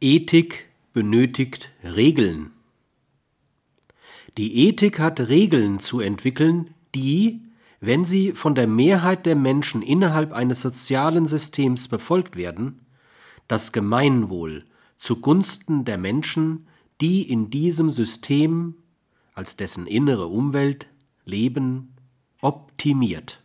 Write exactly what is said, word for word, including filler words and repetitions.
Ethik benötigt Regeln. Die Ethik hat Regeln zu entwickeln, die, wenn sie von der Mehrheit der Menschen innerhalb eines sozialen Systems befolgt werden, das Gemeinwohl zugunsten der Menschen, die in diesem System als dessen innere Umwelt leben, optimiert.